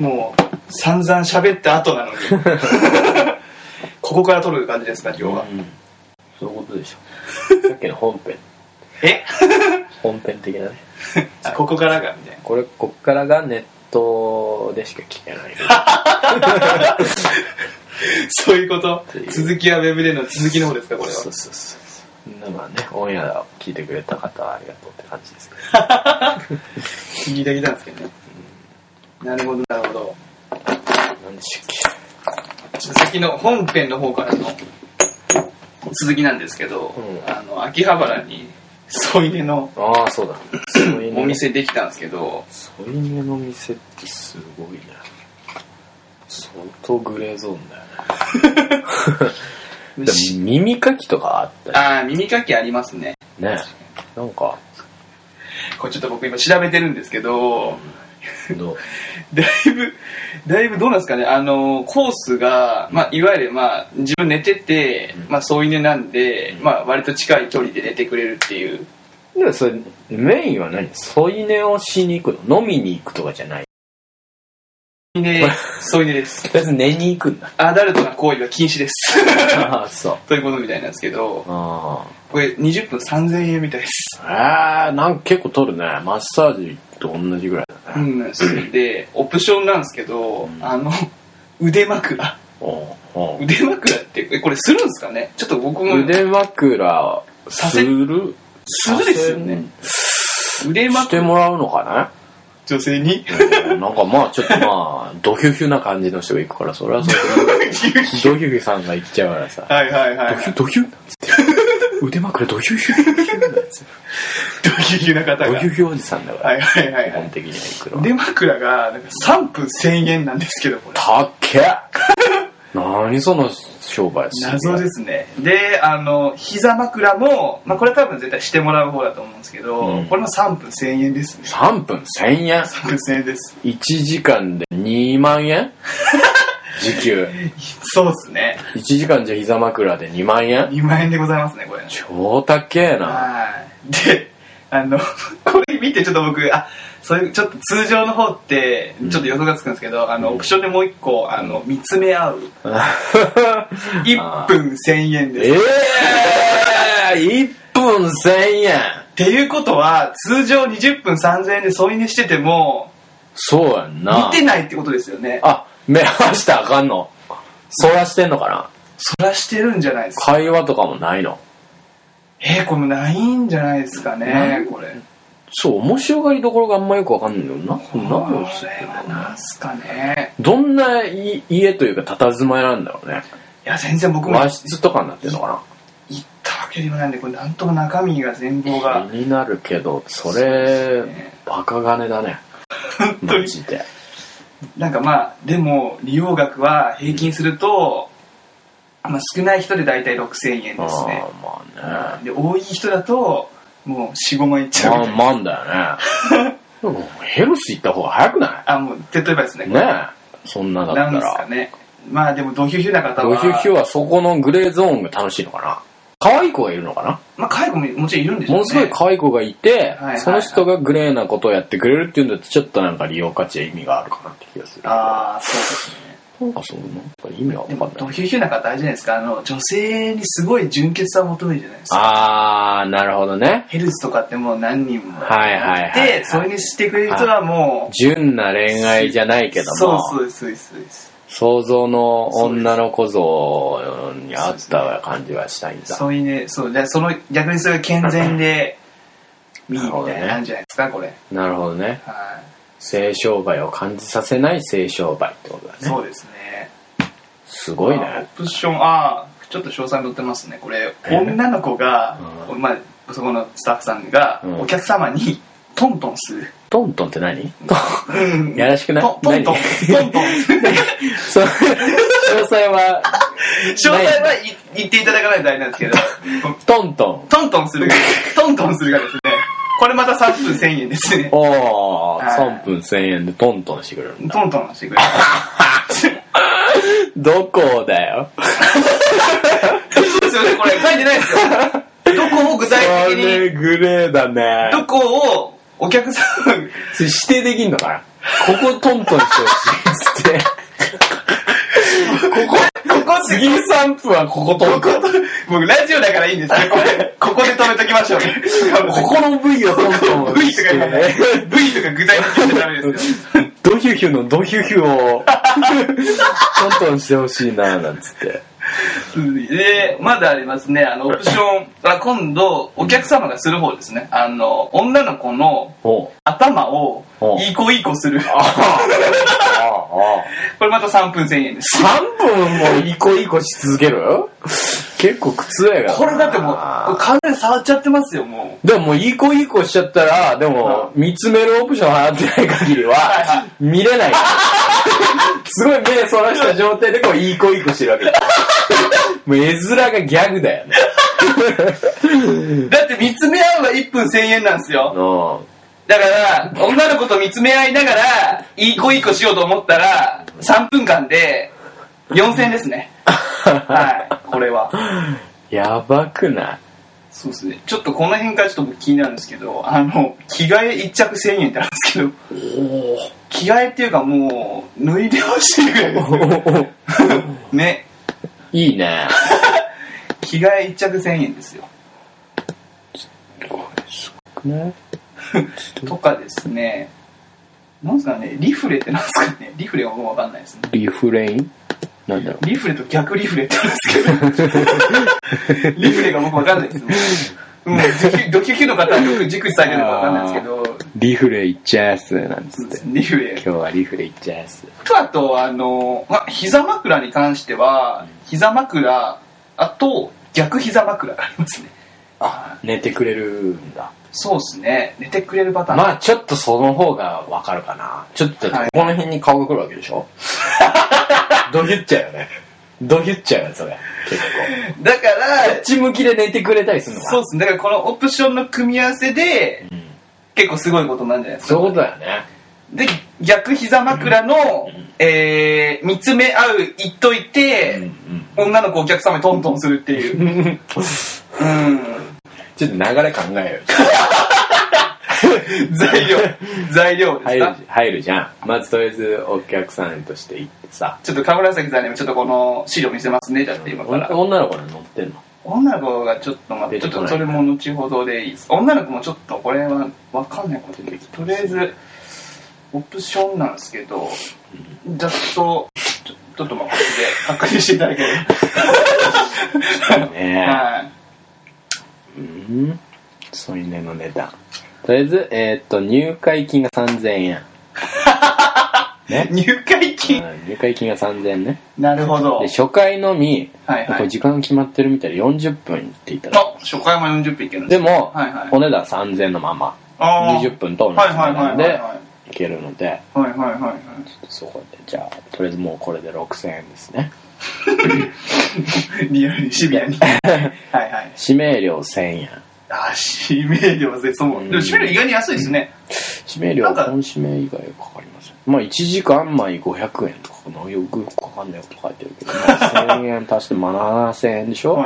もう散々喋った後なのにここから撮る感じですか今日は、 そういうことでしょさっきの本編本編的なねここからがみたいなこっからがネットでしか聞けないそういうこと続きはウェブでの続きの方ですかこれは。 そうまあねオンエアを聞いてくれた方はありがとうって感じですけど聞いてきたんですけどね、なるほどなるほど。 何でしたっけ。 先の本編の方からの続きなんですけど、秋葉原に添い寝のそうだお店できたんですけど、 添い寝の店ってすごいね。相当グレーゾーンだよね耳かきとかあったり。 耳かきありますね。 ねなんかこれちょっと僕今調べてるんですけど、だいぶどうなんですかね、コースが、いわゆる自分寝てて、添い寝なんで、割と近い距離で寝てくれるっていう。 でそれメインは何？添い寝をしに行くの？飲みに行くとかじゃない？ 添い寝です。 とりあえず寝に行くんだ。 アダルトな行為は禁止ですそうということみたいなんですけど、これ20分3000円みたいです。 なんか結構取るね。マッサージと同じぐらいだね。 でオプションなんですけど、腕枕。腕枕ってこれするんですかね。ちょっと僕も腕枕するですよね。腕枕してもらうのかな女性になんかちょっとドヒュヒュな感じの人が行くから、それはそれでドヒュヒュさんが行っちゃうからさ、ドヒュなんつって腕枕ドヒュヒュなんつってドヒュヒュな方がドヒュヒュおじさんだから、基本的には行くのは。 腕枕がなんか3分1000円なんですけど、これたっけ何その商売。 謎ですね。で膝枕も、これ多分絶対してもらう方だと思うんですけど、これも3分1000円ですね。 3分1000円 3分1000円です。 1時間で2万円時給そうですね。 1時間じゃ膝枕で2万円 2万円でございますねこれ。 超高えな。 でこれ見てちょっと僕そういうちょっと通常の方ってちょっと予想がつくんですけど、オプションでもう一個見つめ合う1分1000円です。 1分1000円っていうことは通常20分3000円で添い寝しててもそうやんな、 見てないってことですよね。 目合わせたらあかんの？そらしてんのかな？ そらしてるんじゃないですか。 会話とかもないの？ これもないんじゃないですかねこれ。 そう、面白がりどころがあんまよくわかんないよな。 なんすかね。 どんな家というか佇まいなんだろうね。 いや全然僕も和室とかになってるのかな。 行ったわけでもないんで、これなんとも中身が全貌が気になるけど、それバカ金だね本当に。 マジで。 なんかでも利用額は平均すると、少ない人で大体6000円ですね。で多い人だともう 4,5 万いっちゃうみたいな。 万だよねでもヘルス行った方が早くない？ もう例えばですね。 そんなだったら。 なんですかね。でもドヒュヒュな方は。 ドヒュヒュはそこのグレーゾーンが楽しいのかな。可愛い子がいるのかな。 可愛い子ももちろんいるんでしょうね。 ものすごい可愛い子がいて、その人がグレーなことをやってくれるっていうんだと、ちょっとなんか利用価値や意味があるかなって気がする。 そうですね。 なんか意味は分かんない。 ドヒュヒュな方あれじゃないですか、女性にすごい純潔さを求めるじゃないですか。 なるほどね。 ヘルスとかってもう何人もいて、それにしてくれる人はもう純な恋愛じゃないけども、 そうです。 想像の女の子像に合った感じはしたいんだ。 そういうね、じゃあ逆にそれが健全でいいみたいな感じじゃないですかこれ。 なるほどね。性商売を感じさせない性商売ってことだね。 そうですね。 すごいね。 オプションちょっと詳細載ってますねこれ。女の子が、そこのスタッフさんがお客様にトントンする。 トントンって何？やらしくない？ トントン詳細は言っていただかないとあれなんですけど、 トントンするがですね、これまた3分1000円ですね。 3分1000円でトントンしてくれるんだ。 トントンしてくれるどこだよそうですよね、これ書いてないですよ。どこを具体的にそれグレーだね。 どこをお客さんそれ指定できんのかな。ここトントンしてほしいっつってここ次3分はここトントン。 僕ラジオだからいいんですね。ここで止めときましょうね。 ここの部位をトントン V とか言わない。V とか具体的にダメですよ。 ドヒュヒュのドヒュヒュをトントンしてほしいななんつって。 で、まだありますね。オプションは今度お客様がする方ですね。女の子の頭をいい子いい子する。これまた3分1000円です。 3分もいい子いい子し続ける？結構苦痛やが。 これだってもう完全に触っちゃってますよ、もう。でももういい子いい子しちゃったら、でも見つめるオプション払ってない限りは見れない。すごい目そらした状態でこういい子いい子してるわけだ。もう絵面がギャグだよね。 だって見つめ合うは1分1000円なんですよ。だから女の子と見つめ合いながらいい子いい子しようと思ったら3分間で4000円ですね。はい、これはやばくない？ そうですね。ちょっとこの辺からちょっと僕気になるんですけど、着替え1着1000円ってあるんですけど、着替えっていうかもう脱いでほしいぐらいですね。 いいね。 着替え1着1000円ですよ。 すごくないとかですね。なんですかね、リフレってなんですかね。リフレはもう分かんないですね。 リフレインなんだろう。 リフレと逆リフレってあるんですけどリフレが僕分かんないですもうドキュキュの方はよく熟知されてるのか分かんないですけど、 リフレいっちゃえすなんつって。 リフレ今日はリフレいっちゃえす。 あと膝枕に関しては膝枕と逆膝枕がありますね。 寝てくれるんだ。 そうですね。寝てくれるパターン。 まあちょっとその方が分かるかな。ちょっとここの辺に顔が来るわけでしょ。ドヒュっちゃうよね。ドヒュっちゃうよそれ結構。だからこっち向きで寝てくれたりするのか。 そうですね。だからこのオプションの組み合わせで、結構すごいことなんじゃないですか。 そういうことだよね。 で逆膝枕の、見つめ合う言っといて、女の子お客様にトントンするっていう。 ちょっと流れ考えよう。 材料ですか？ 入るじゃん。まずとりあえずお客さんとして行ってさ。 ちょっと神崎さんにもちょっとこの資料見せますね。だって今から。 女の子に乗ってんの？ 女の子がちょっと待って、ちょっとそれも後ほどでいいです。女の子もちょっとこれは分かんないことでとりあえずオプションなんですけど、ちょっとまあこっちで確認していただければ。ねはい。 添い寝の値段。とりあえず、入会金が3000円。ね、 入会金、 入会金が3000円ね。 なるほど。で、 初回のみ、これ時間決まってるみたいで40分って言ったら。 初回も40分いけるんですでも、お値段3000円のまま、20分と同じ値段でいけるので、ちょっとそこで、じゃあ、とりあえずもうこれで6000円ですね。 リアルにシビアに。 指名料1000円。 指名料でそう。でも指名料意外に安いですね。 指名料は本指名以外かかります。まあ1時間前500円とかよくかかんないこと書いてるけど、1000円足して7000円でしょ。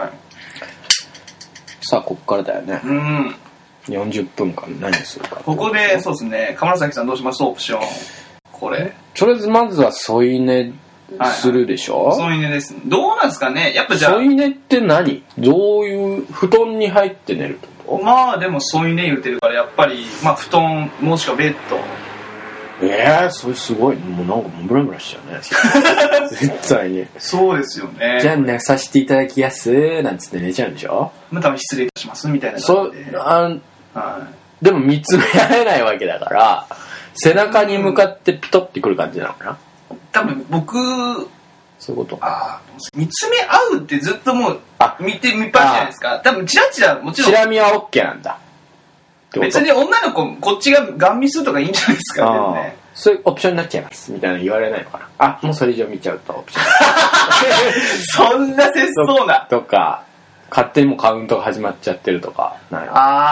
さあこっからだよね。40分間何するか。 ここでそうですね。鎌崎さんどうします？オプション。これ。 とりあえずまずは添い寝するでしょ。 添い寝です。どうなんですかね。やっぱじゃあ添い寝って何？どういう布団に入って寝るってこと？ まあでも添い寝言うてるからやっぱりまあ布団もしくはベッド。 それすごい。もうなんかムラムラしちゃうね。絶対に。 そうですよね。 じゃあ寝させていただきやすなんつって寝ちゃうんでしょ。 まあ多分失礼いたしますみたいな感じで。 でも見つめ合えないわけだから背中に向かってピトってくる感じなのかな。 多分僕そういうこと。 見つめ合うってずっともう見っぱいじゃないですか。多分チラチラもちろんチラ見は OK なんだ。 別に女の子こっちがガン見するとかいいんじゃないですかね。 そういうオプションになっちゃいますみたいな言われないのかな。もうそれ以上見ちゃうとオプションそんな切そうなとか勝手にもうカウントが始まっちゃってるとかない。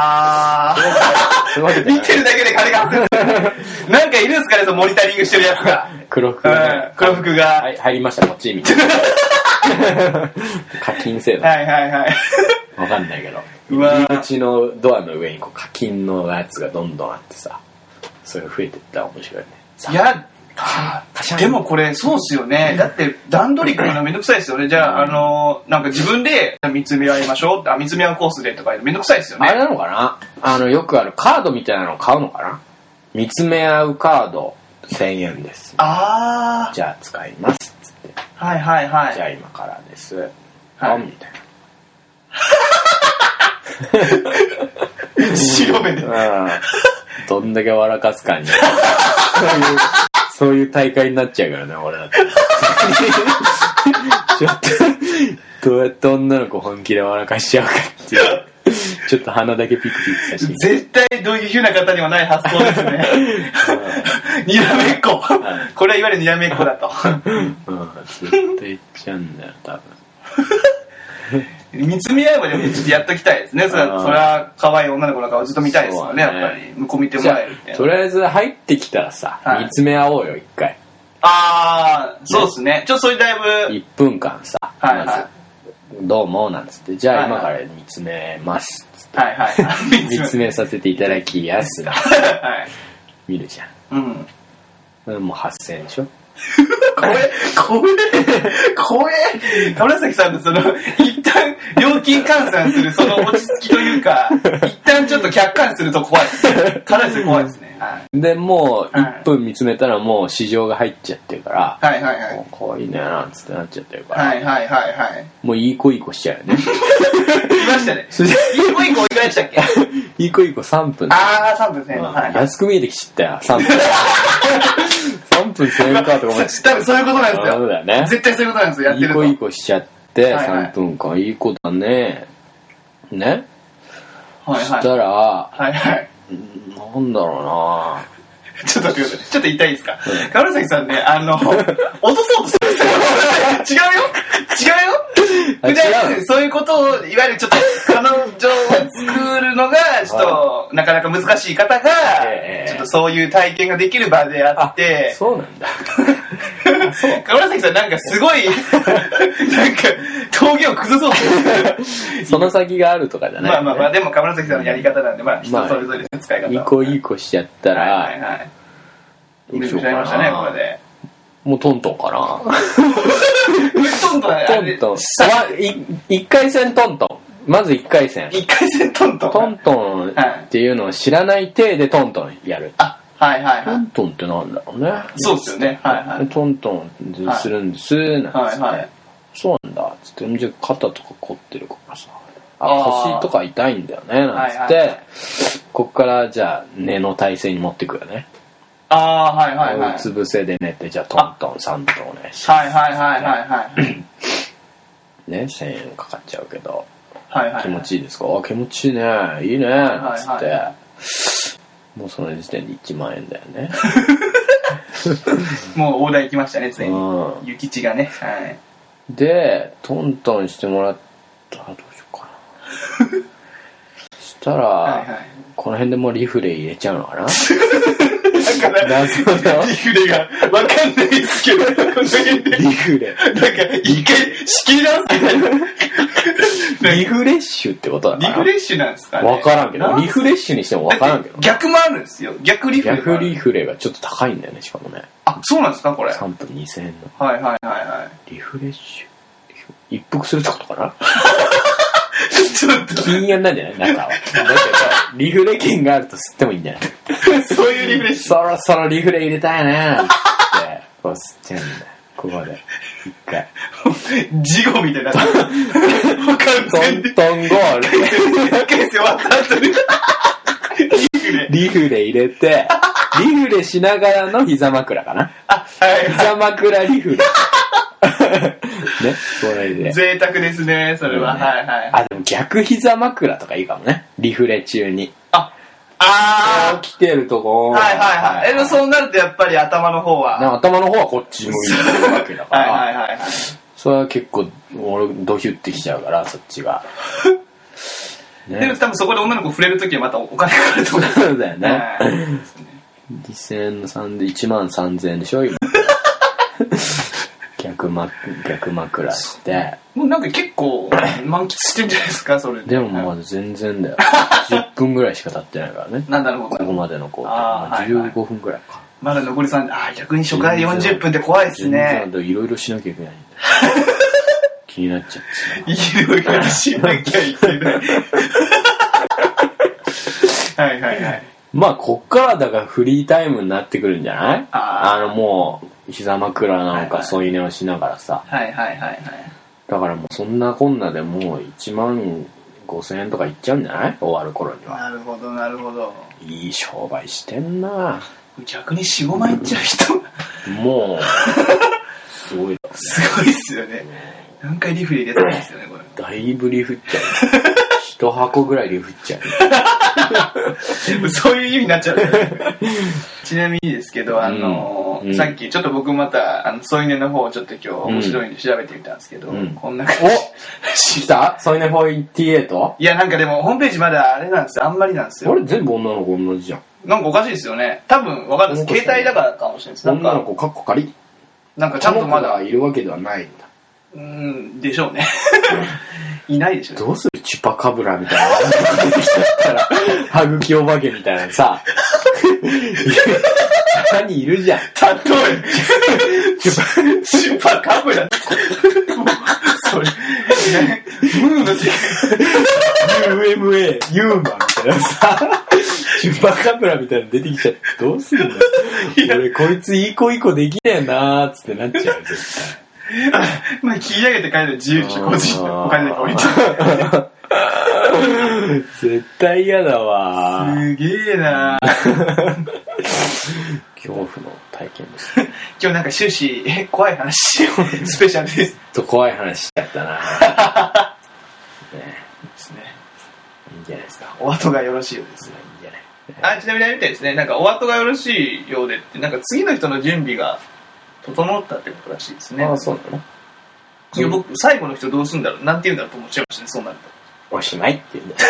見てるだけで金が発生するなんかいるんすかね、そのモニタリングしてるやつが。 黒服が、 はい、 入りましたこっちみたいな課金制度。 わかんないけど。 うわ入り口のドアの上にこう課金のやつがどんどんあってさ、それが増えていったら面白いね。 いや、でもこれそうっすよね。だって段取り組むのめんどくさいですよね。じゃあ、なんか自分で見つめ合いましょうって、見つめ合うコースでとかめんどくさいですよね。 あれなのかな、よくあるカードみたいなのを買うのかな。見つめ合うカード1000円です。 ああ。 じゃあ使いますっつって。 はいはいはい。 じゃあ今からです。 はい。 みたいな。白目で。 どんだけ笑かすかに。そういう大会になっちゃうからね、俺だって。ちょっと、どうやって女の子本気で笑かしちゃうかっていう。ちょっと鼻だけピクピクさせて。 絶対どういう風な方にはない発想ですね。にらめっこ。これはいわゆるにらめっこだと。 絶対言っちゃうんだよ、多分。 見つめ合えばでもちょっとやっときたいですね。それは可愛い女の子の顔ずっと見たいですよね、やっぱり。向こう見てもらえるって。 とりあえず入ってきたらさ、見つめ合おうよ、一回。 ああ、そうですね。ちょっとそれだいぶ。 1分間さ、まず、どうも、なんつって、じゃあ今から見つめます。 はいはい。 見つめさせていただきやす。はい。見るじゃん。うん。もう8000円でしょ。 怖え。川崎さんの一旦料金換算するその落ち着きというか、一旦ちょっと客観視すると怖いですね。かなり怖いですね。 で、もう1分見つめたらもう市場が入っちゃってるから、 はいはいはい。 可愛いねなんつってなっちゃってるから、 はいはいはいはい。 もういい子いい子しちゃうよね。 いましたね。いい子いい子いかがでしたっけ？ いい子いい子3分。 ああ、3分ですね。 安く見えてきちったよ、3分。3分1000円かとか思って。 多分そういうことなんですよ。 そうだよね。 絶対そういうことなんですよ、やってると。 いい子しちゃって、3分間、いい子だね。ね。そしたら、 はいはい。 なんだろうな。 ちょっと待ってください。ちょっと言いたいですか？川崎さんね、落とそうとするんですよ。違うよ。普段そういうことを、いわゆるちょっと彼女を作るのが、ちょっとなかなか難しい方が、ちょっとそういう体験ができる場であって、 そうなんだ。 川崎さんなんかすごい、なんか峠を崩そうとする。 その先があるとかじゃない。 まあ、でも川崎さんのやり方なんで、人それぞれですね、使い方は。 いい子しちゃったら、 はいはい。いい子しちゃいましたね、これで。 もうトントンかな。 トントン。 1回戦トントン。まず1回戦。 1回戦トントン。 トントンっていうのを知らない体でトントンやる。 あ、はいはいはい。 トントンってなんだろうね。 そうですよね。はいはい。 トントンするんです、なんつって。そうなんだ、つって。じゃあ肩とか凝ってるからさ。腰とか痛いんだよね、なんつって。こっからじゃあ寝の体勢に持ってくよね。 ああ、はいはいはい。 うつ伏せで寝て、じゃあトントン3分お願いします。 はいはい。 ね、1000円かかっちゃうけど。 はいはい。 気持ちいいですか？気持ちいいね。いいね。なんつって。もうその時点で1万円だよね。 もう大台行きましたね、ついに。諭吉がね。はい。 で、トントンしてもらったらどうしようかな。そしたら、この辺でもうリフレ入れちゃうのかな。 だからリフレがわかんないですけど、この辺でリフレなんか一回仕切り直すみたいな。 リフレッシュってことだから。 リフレッシュなんですかね。 わからんけど、リフレッシュにしてもわからんけど。 逆もあるんですよ。逆リフレ。 逆リフレがちょっと高いんだよね、しかもね。 あ、そうなんですか、これ。 3分2000円の。 はいはいはいはい。 リフレッシュ。一服するってことかな。 ちょっと禁煙なんじゃない中は。だけど、リフレ券があると吸ってもいいんじゃない。 そういうリフレッシュ。 そろそろリフレ入れたいなって、こう吸っちゃうんだよ。ここで。一回。 事後みたいな。完全に。 トンゴール。 一回終わった後に。 リフレ入れて、リフレしながらの膝枕かな。 あ、はい。 膝枕リフレ。ね、これで。 贅沢ですね、それは。はいはい。 あ、でも逆膝枕とかいいかもね。リフレ中に。 来てるとこ。 はいはいはい。そうなるとやっぱり頭の方は。 頭の方はこっち向いてるわけだから。 はいはいはい。 それは結構、俺、ドヒュってきちゃうから、そっちが。 でも多分そこで女の子触れるときはまたお金かかると思う。 そうだよね。2000円の3で1万3000円でしょ今。逆逆枕して。 もうなんか結構満喫してるんじゃないですか、それ。 でもまだ全然だよ。10分ぐらいしか経ってないからね。 なんだろう、 ここまでの工程。15分ぐらいか。 まだ残り3、逆に初回40分って怖いですね。 いろいろしなきゃいけないんだ。気になっちゃってさ。いろいろしなきゃいけない。はいはいはい。 まあ、こっからだからフリータイムになってくるんじゃない？もう、膝枕なんか添い寝をしながらさ。 はいはいはいはい。 だからもうそんなこんなでもう1万5,000円とかいっちゃうんじゃない？終わる頃には。 なるほどなるほど。 いい商売してんな。 逆に 4,5 万いっちゃう人もう、すごいだ。 すごいっすよね。何回リフレ出たんですよね、これ。 だいぶリフっちゃう。1箱ぐらいリフっちゃう。そういう意味になっちゃう。ちなみにですけど、さっきちょっと僕また添い寝の方をちょっと今日面白いんで調べてみたんですけど、こんな感じ。 来た？添い寝48？ いや、なんかでもホームページまだあれなんですよ、あんまりなんですよ。 あれ全部女の子同じじゃん。 なんかおかしいですよね。多分わかんないです。携帯だからかもしれないです。 女の子カッコ仮？ なんかちゃんとまだいるわけではないんだ。 でしょうね。いないでしょうね。 どうする？チュパカブラみたいな。出てきちゃったら、歯茎お化けみたいなさ。他にいるじゃん。 例え。チュパカブラって。それ、ムーの世界。 UMA、ユーマみたいなさ。チュパカブラみたいなの出てきちゃってどうすんだよ。俺こいついい子できねえなーっつってなっちゃう絶対。 まあ切り上げて帰るの自由でしょ、個人のお金で置いて。 絶対嫌だわ。 すげえな恐怖の体験です。 今日なんか終始怖い話スペシャルです。 怖い話しちゃったな。 ですね。 いいんじゃないですか。 お後がよろしいようですね。いいんじゃない。ちなみにみたいですね。なんかお後がよろしいようでってなんか次の人の準備が整ったってことらしいですね。 ああ、そうなの？ いや、僕最後の人どうするんだろう、なんて言うんだろうと思っちゃいましたね。そうなると。 おしまいって言うんだ。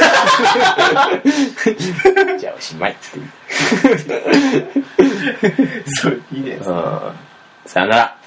じゃあおしまいって言う。 そういいね。 さよなら。